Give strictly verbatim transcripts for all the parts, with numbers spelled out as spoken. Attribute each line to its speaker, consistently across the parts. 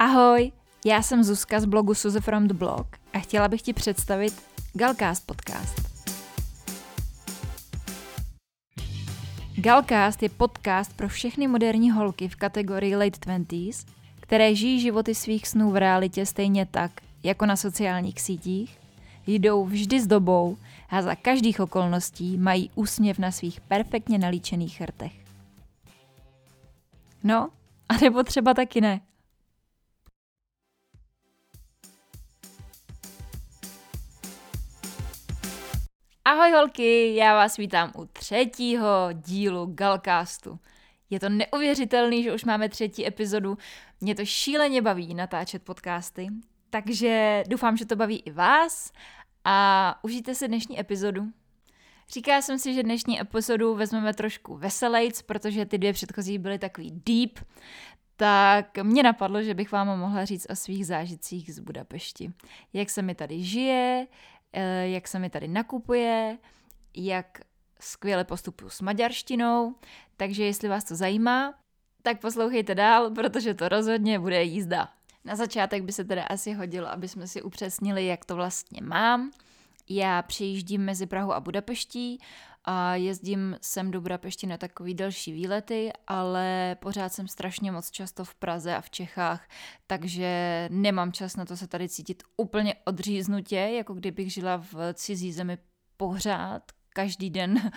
Speaker 1: Ahoj, já jsem Zuzka z blogu Suze from the blog a chtěla bych ti představit Galcast podcast. Galcast je podcast pro všechny moderní holky v kategorii late twenties, které žijí životy svých snů v realitě stejně tak, jako na sociálních sítích, jdou vždy s dobou a za každých okolností mají úsměv na svých perfektně nalíčených rtech. No, a nebo třeba taky ne. Ahoj holky, já vás vítám u třetího dílu Galcastu. Je to neuvěřitelný, že už máme třetí epizodu. Mě to šíleně baví natáčet podcasty, takže doufám, že to baví i vás a užijte si dnešní epizodu. Říkala jsem si, že dnešní epizodu vezmeme trošku veselejc, protože ty dvě předchozí byly takový deep, tak mě napadlo, že bych vám mohla říct o svých zážitcích z Budapešti. Jak se mi tady žije, jak se mi tady nakupuje, jak skvěle postupuju s maďarštinou, takže jestli vás to zajímá, tak poslouchejte dál, protože to rozhodně bude jízda. Na začátek by se teda asi hodilo, aby jsme si upřesnili, jak to vlastně mám. Já přijíždím mezi Prahou a Budapeští a jezdím sem do Budapešti na takový delší výlety, ale pořád jsem strašně moc často v Praze a v Čechách, takže nemám čas na to se tady cítit úplně odříznutě, jako kdybych žila v cizí zemi pořád, každý den,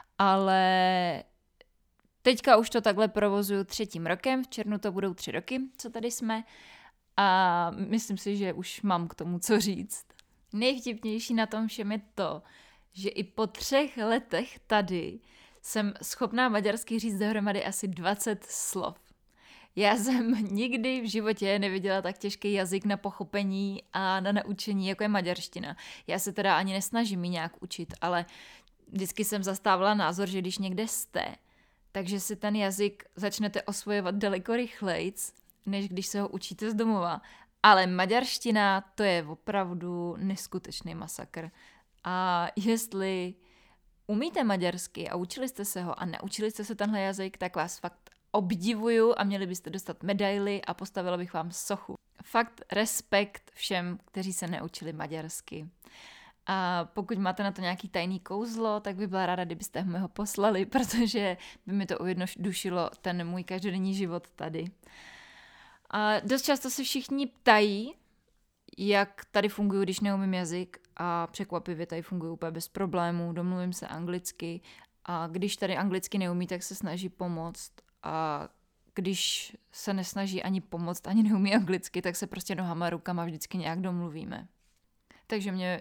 Speaker 1: ale teďka už to takhle provozuju třetím rokem, v červnu to budou tři roky, co tady jsme a myslím si, že už mám k tomu co říct. Nejvtipnější na tom všem je to, že i po třech letech tady jsem schopná maďarsky říct dohromady asi dvacet slov. Já jsem nikdy v životě neviděla tak těžký jazyk na pochopení a na naučení, jako je maďarština. Já se teda ani nesnažím ji nějak učit, ale vždycky jsem zastávala názor, že když někde jste, takže si ten jazyk začnete osvojovat daleko rychlejc, než když se ho učíte z domova. Ale maďarština, to je opravdu neskutečný masakr. A jestli umíte maďarsky a učili jste se ho a naučili jste se tenhle jazyk, tak vás fakt obdivuju a měli byste dostat medaily a postavila bych vám sochu. Fakt respekt všem, kteří se neučili maďarsky. A pokud máte na to nějaký tajný kouzlo, tak bych byla ráda, kdybyste mi ho poslali, protože by mi to ujednodušilo ten můj každodenní život tady. A dost často se všichni ptají, jak tady funguju, když neumím jazyk a překvapivě tady funguju úplně bez problémů, domluvím se anglicky a když tady anglicky neumí, tak se snaží pomoct a když se nesnaží ani pomoct, ani neumí anglicky, tak se prostě nohama, rukama vždycky nějak domluvíme. Takže mě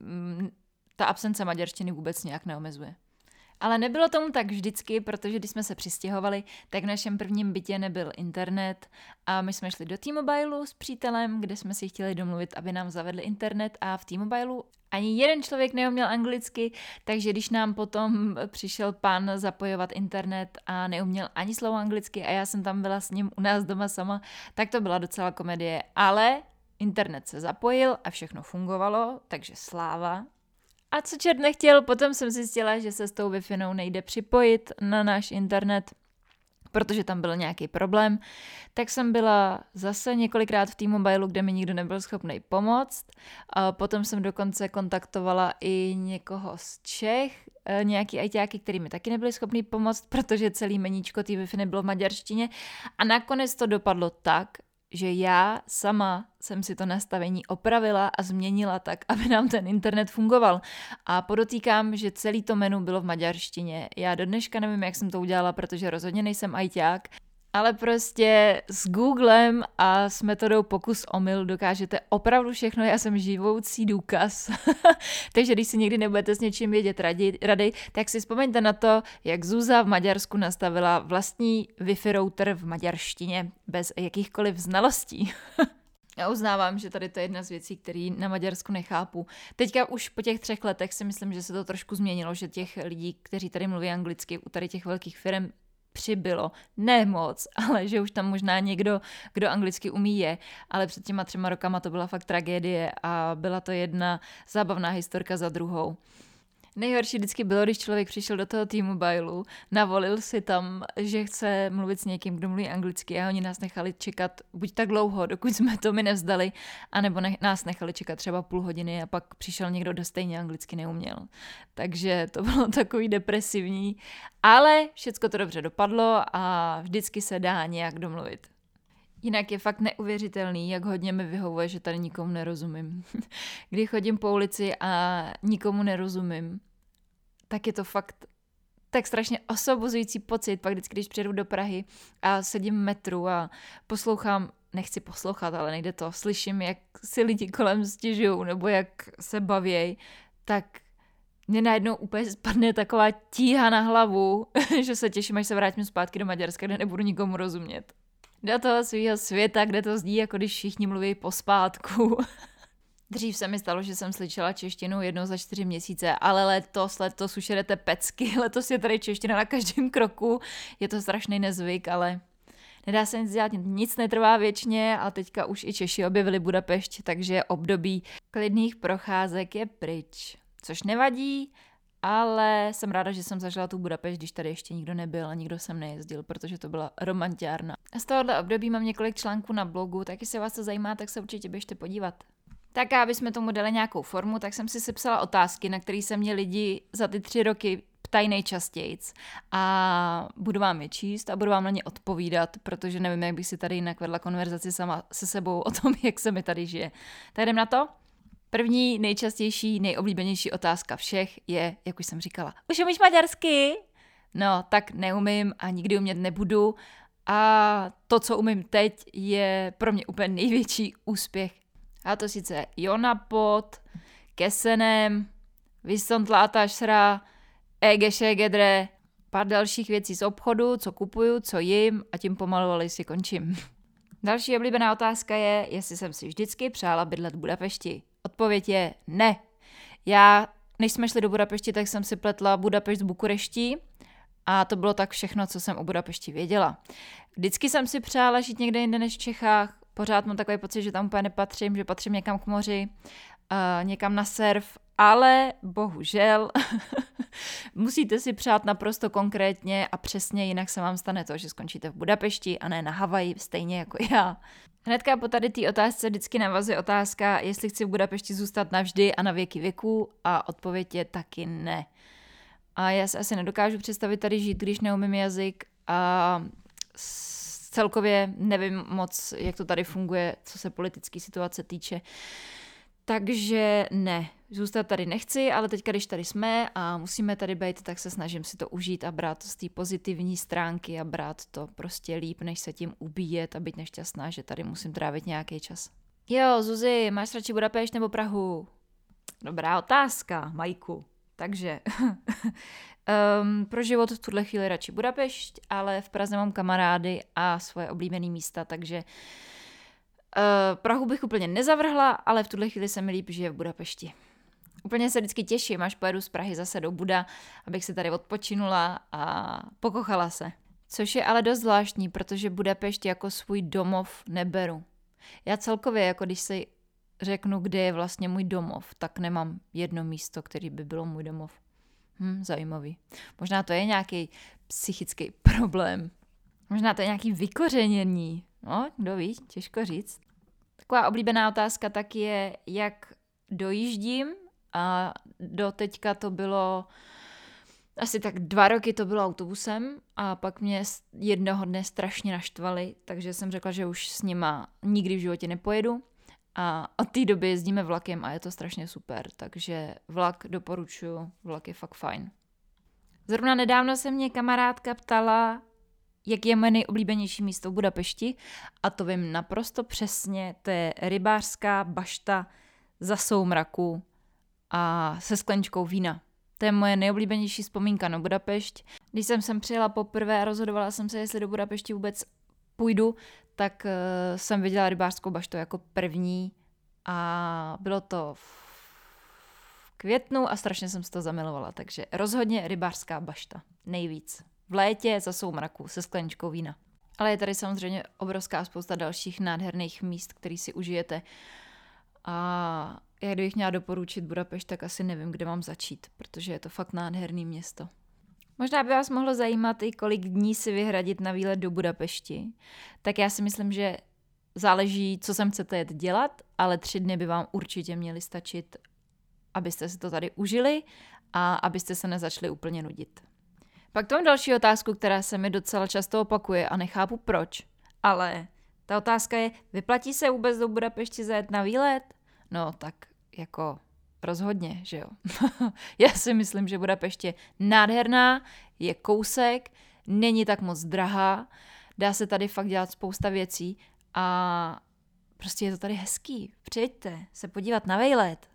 Speaker 1: m, ta absence maďarštiny vůbec nějak neomezuje. Ale nebylo tomu tak vždycky, protože když jsme se přistěhovali, tak v našem prvním bytě nebyl internet a my jsme šli do T-Mobileu s přítelem, kde jsme si chtěli domluvit, aby nám zavedli internet a v T-Mobileu ani jeden člověk neuměl anglicky, takže když nám potom přišel pán zapojovat internet a neuměl ani slovo anglicky a já jsem tam byla s ním u nás doma sama, tak to byla docela komedie, ale internet se zapojil a všechno fungovalo, takže sláva. A co čert nechtěl, potom jsem zjistila, že se s tou Wi-Fi nejde připojit na náš internet, protože tam byl nějaký problém, tak jsem byla zase několikrát v T-Mobileu, kde mi nikdo nebyl schopný pomoct. A potom jsem dokonce kontaktovala i někoho z Čech, nějaký ajťáky, který mi taky nebyli schopný pomoct, protože celý meníčko té Wi-Fi nebylo v maďarštině. A nakonec to dopadlo tak, že já sama jsem si to nastavení opravila a změnila tak, aby nám ten internet fungoval. A podotýkám, že celý to menu bylo v maďarštině. Já do dneška nevím, jak jsem to udělala, protože rozhodně nejsem ajťák, ale prostě s Googlem a s metodou pokus omyl dokážete opravdu všechno, já jsem živoucí důkaz. Takže když si někdy nebudete s něčím vědět rady, rady, tak si vzpomeňte na to, jak Zúza v Maďarsku nastavila vlastní Wi-Fi router v maďarštině bez jakýchkoliv znalostí. Já uznávám, že tady to je jedna z věcí, které na Maďarsku nechápu. Teďka už po těch třech letech si myslím, že se to trošku změnilo, že těch lidí, kteří tady mluví anglicky, u tady těch velkých firm přibylo. Ne moc, ale že už tam možná někdo, kdo anglicky umí je, ale před těma třema rokama to byla fakt tragédie a byla to jedna zábavná historka za druhou. Nejhorší vždycky bylo, když člověk přišel do toho T-Mobileu, navolil si tam, že chce mluvit s někým, kdo mluví anglicky a oni nás nechali čekat buď tak dlouho, dokud jsme to mi nevzdali, anebo ne- nás nechali čekat třeba půl hodiny a pak přišel někdo, kdo stejně anglicky neuměl. Takže to bylo takový depresivní, ale všecko to dobře dopadlo a vždycky se dá nějak domluvit. Jinak je fakt neuvěřitelný, jak hodně mi vyhovuje, že tady nikomu nerozumím. Když chodím po ulici a nikomu nerozumím, tak je to fakt tak strašně osobozující pocit. Pak vždycky, když přijedu do Prahy a sedím v metru a poslouchám, nechci poslouchat, ale nejde to, slyším, jak si lidi kolem stěžují nebo jak se bavějí, tak mě najednou úplně spadne taková tíha na hlavu, že se těším, až se vrátím zpátky do Maďarska, kde nebudu nikomu rozumět. Do toho svého světa, kde to zdí, jako když všichni mluví pospátku. Dřív se mi stalo, že jsem slyšela češtinu jednou za čtyři měsíce, ale letos, letos už jedete pecky, letos je tady čeština na každém kroku. Je to strašný nezvyk, ale nedá se nic dělat, nic netrvá věčně a teďka už i Češi objevili Budapešť, takže období klidných procházek je pryč. Což nevadí, ale jsem ráda, že jsem zažila tu Budapešť, když tady ještě nikdo nebyl a nikdo sem nejezdil, protože to byla romantiárna. A z tohohle období mám několik článků na blogu, tak jestli vás to zajímá, tak se určitě běžte podívat. Tak aby jsme tomu dali nějakou formu, tak jsem si sepsala otázky, na které se mě lidi za ty tři roky ptají nejčastějc a budu vám je číst a budu vám na ně odpovídat, protože nevím, jak bych si tady jinak vedla konverzaci sama se sebou o tom, jak se mi tady žije. Tak jdem na to? První, nejčastější, nejoblíbenější otázka všech je, jak už jsem říkala, už umíš maďarsky? No, tak neumím a nikdy umět nebudu a to, co umím teď, je pro mě úplně největší úspěch. A to sice Jonapot, Kesenem, Viszontlátásra, Égességedre, pár dalších věcí z obchodu, co kupuju, co jim a tím pomalu, ale si končím. Další oblíbená otázka je, jestli jsem si vždycky přála bydlet v Budapešti. Odpověď je ne. Já, než jsme šli do Budapešti, tak jsem si pletla Budapešť s Bukureští a to bylo tak všechno, co jsem o Budapešti věděla. Vždycky jsem si přála žít někde jinde než v Čechách, pořád mám takový pocit, že tam úplně nepatřím, že patřím někam k moři, uh, někam na surf, ale bohužel musíte si přát naprosto konkrétně a přesně, jinak se vám stane to, že skončíte v Budapešti a ne na Havaji, stejně jako já. Hnedka po tady té otázce vždycky navazuje otázka, jestli chci v Budapešti zůstat navždy a na věky věků a odpověď je taky ne. A já se asi nedokážu představit tady žít, když neumím jazyk a celkově nevím moc, jak to tady funguje, co se politické situace týče. Takže ne, zůstat tady nechci, ale teď, když tady jsme a musíme tady být, tak se snažím si to užít a brát to z té pozitivní stránky a brát to prostě líp, než se tím ubíjet a být nešťastná, že tady musím trávit nějaký čas. Jo, Zuzi, máš radši Budapešť nebo Prahu? Dobrá otázka, Majku. Takže um, pro život v tuhle chvíli radši Budapešť, ale v Praze mám kamarády a svoje oblíbené místa, takže Uh, Prahu bych úplně nezavrhla, ale v tuhle chvíli se mi líp žije v Budapešti. Úplně se vždycky těším, až pojedu z Prahy zase do Buda, abych se tady odpočinula a pokochala se. Což je ale dost zvláštní, protože Budapešť jako svůj domov neberu. Já celkově, jako když si řeknu, kde je vlastně můj domov, tak nemám jedno místo, který by bylo můj domov. Hm, zajímavý. Možná to je nějaký psychický problém. Možná to je nějaký vykořenění. No, kdo ví, těžko říct. Taková oblíbená otázka taky je, jak dojíždím a do teďka to bylo asi tak dva roky to bylo autobusem a pak mě jednoho dne strašně naštvali, takže jsem řekla, že už s nima nikdy v životě nepojedu a od té doby jezdíme vlakem a je to strašně super, takže vlak doporučuji, vlak je fakt fajn. Zrovna nedávno se mě kamarádka ptala, jak je moje nejoblíbenější místo v Budapešti a to vím naprosto přesně, to je rybářská bašta za soumraku a se skleničkou vína. To je moje nejoblíbenější vzpomínka na Budapešť. Když jsem sem přijela poprvé a rozhodovala jsem se, jestli do Budapešti vůbec půjdu, tak uh, jsem viděla rybářskou baštu jako první a bylo to v květnu a strašně jsem se to zamilovala, takže rozhodně rybářská bašta, nejvíc. V létě za soumraku se skleničkou vína. Ale je tady samozřejmě obrovská spousta dalších nádherných míst, které si užijete. A já kdybych měla doporučit Budapešť, tak asi nevím, kde mám začít, protože je to fakt nádherný město. Možná by vás mohlo zajímat i kolik dní si vyhradit na výlet do Budapešti. Tak já si myslím, že záleží, co sem chcete jet dělat, ale tři dny by vám určitě měly stačit, abyste si to tady užili a abyste se nezačali úplně nudit. Pak tu mám další otázku, která se mi docela často opakuje a nechápu proč. Ale ta otázka je, vyplatí se vůbec do Budapešti zajet na výlet? No tak jako rozhodně, že jo. Já si myslím, že Budapešť je nádherná, je kousek, není tak moc drahá, dá se tady fakt dělat spousta věcí a prostě je to tady hezký. Přijeďte se podívat na výlet.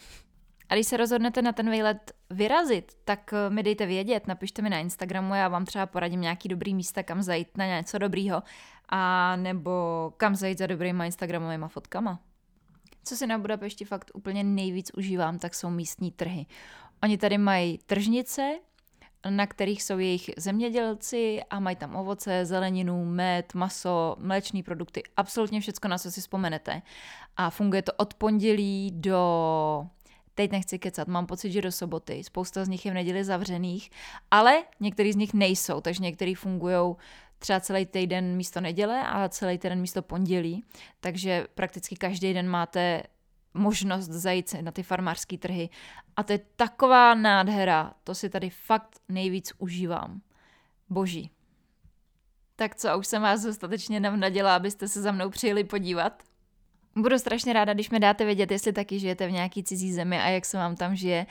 Speaker 1: A když se rozhodnete na ten výlet vyrazit, tak mi dejte vědět, napište mi na Instagramu, já vám třeba poradím nějaký dobrý místa, kam zajít na něco dobrýho, a nebo kam zajít za dobrýma instagramovýma fotkama. Co si na Budapešti fakt úplně nejvíc užívám, tak jsou místní trhy. Oni tady mají tržnice, na kterých jsou jejich zemědělci a mají tam ovoce, zeleninu, med, maso, mléčné produkty, absolutně všecko, na co si vzpomenete. A funguje to od pondělí do... Teď nechci kecat, mám pocit, že do soboty. Spousta z nich je v neděli zavřených, ale některý z nich nejsou, takže některý fungují třeba celý týden místo neděle a celý týden místo pondělí, takže prakticky každý den máte možnost zajít se na ty farmářské trhy. A to je taková nádhera, to si tady fakt nejvíc užívám. Boží. Tak co, už jsem vás dostatečně navnadila, abyste se za mnou přijeli podívat? Budu strašně ráda, když mi dáte vědět, jestli taky žijete v nějaký cizí zemi a jak se vám tam žije.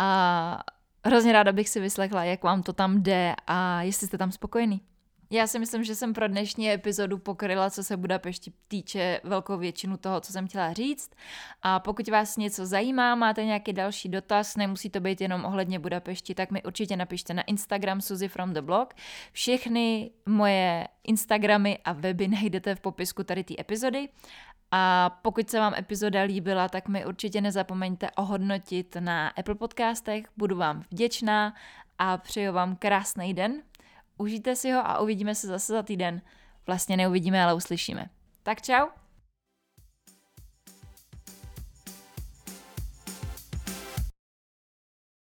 Speaker 1: A hrozně ráda bych si vyslechla, jak vám to tam jde a jestli jste tam spokojení. Já si myslím, že jsem pro dnešní epizodu pokryla, co se Budapešti týče, velkou většinu toho, co jsem chtěla říct. A pokud vás něco zajímá, máte nějaký další dotaz, nemusí to být jenom ohledně Budapešti, tak mi určitě napište na Instagram Suzy from the blog. Všechny moje Instagramy a weby najdete v popisku tady té epizody. A pokud se vám epizoda líbila, tak mi určitě nezapomeňte ohodnotit na Apple podcastech. Budu vám vděčná a přeju vám krásný den. Užijte si ho a uvidíme se zase za týden. Vlastně neuvidíme, ale uslyšíme. Tak čau.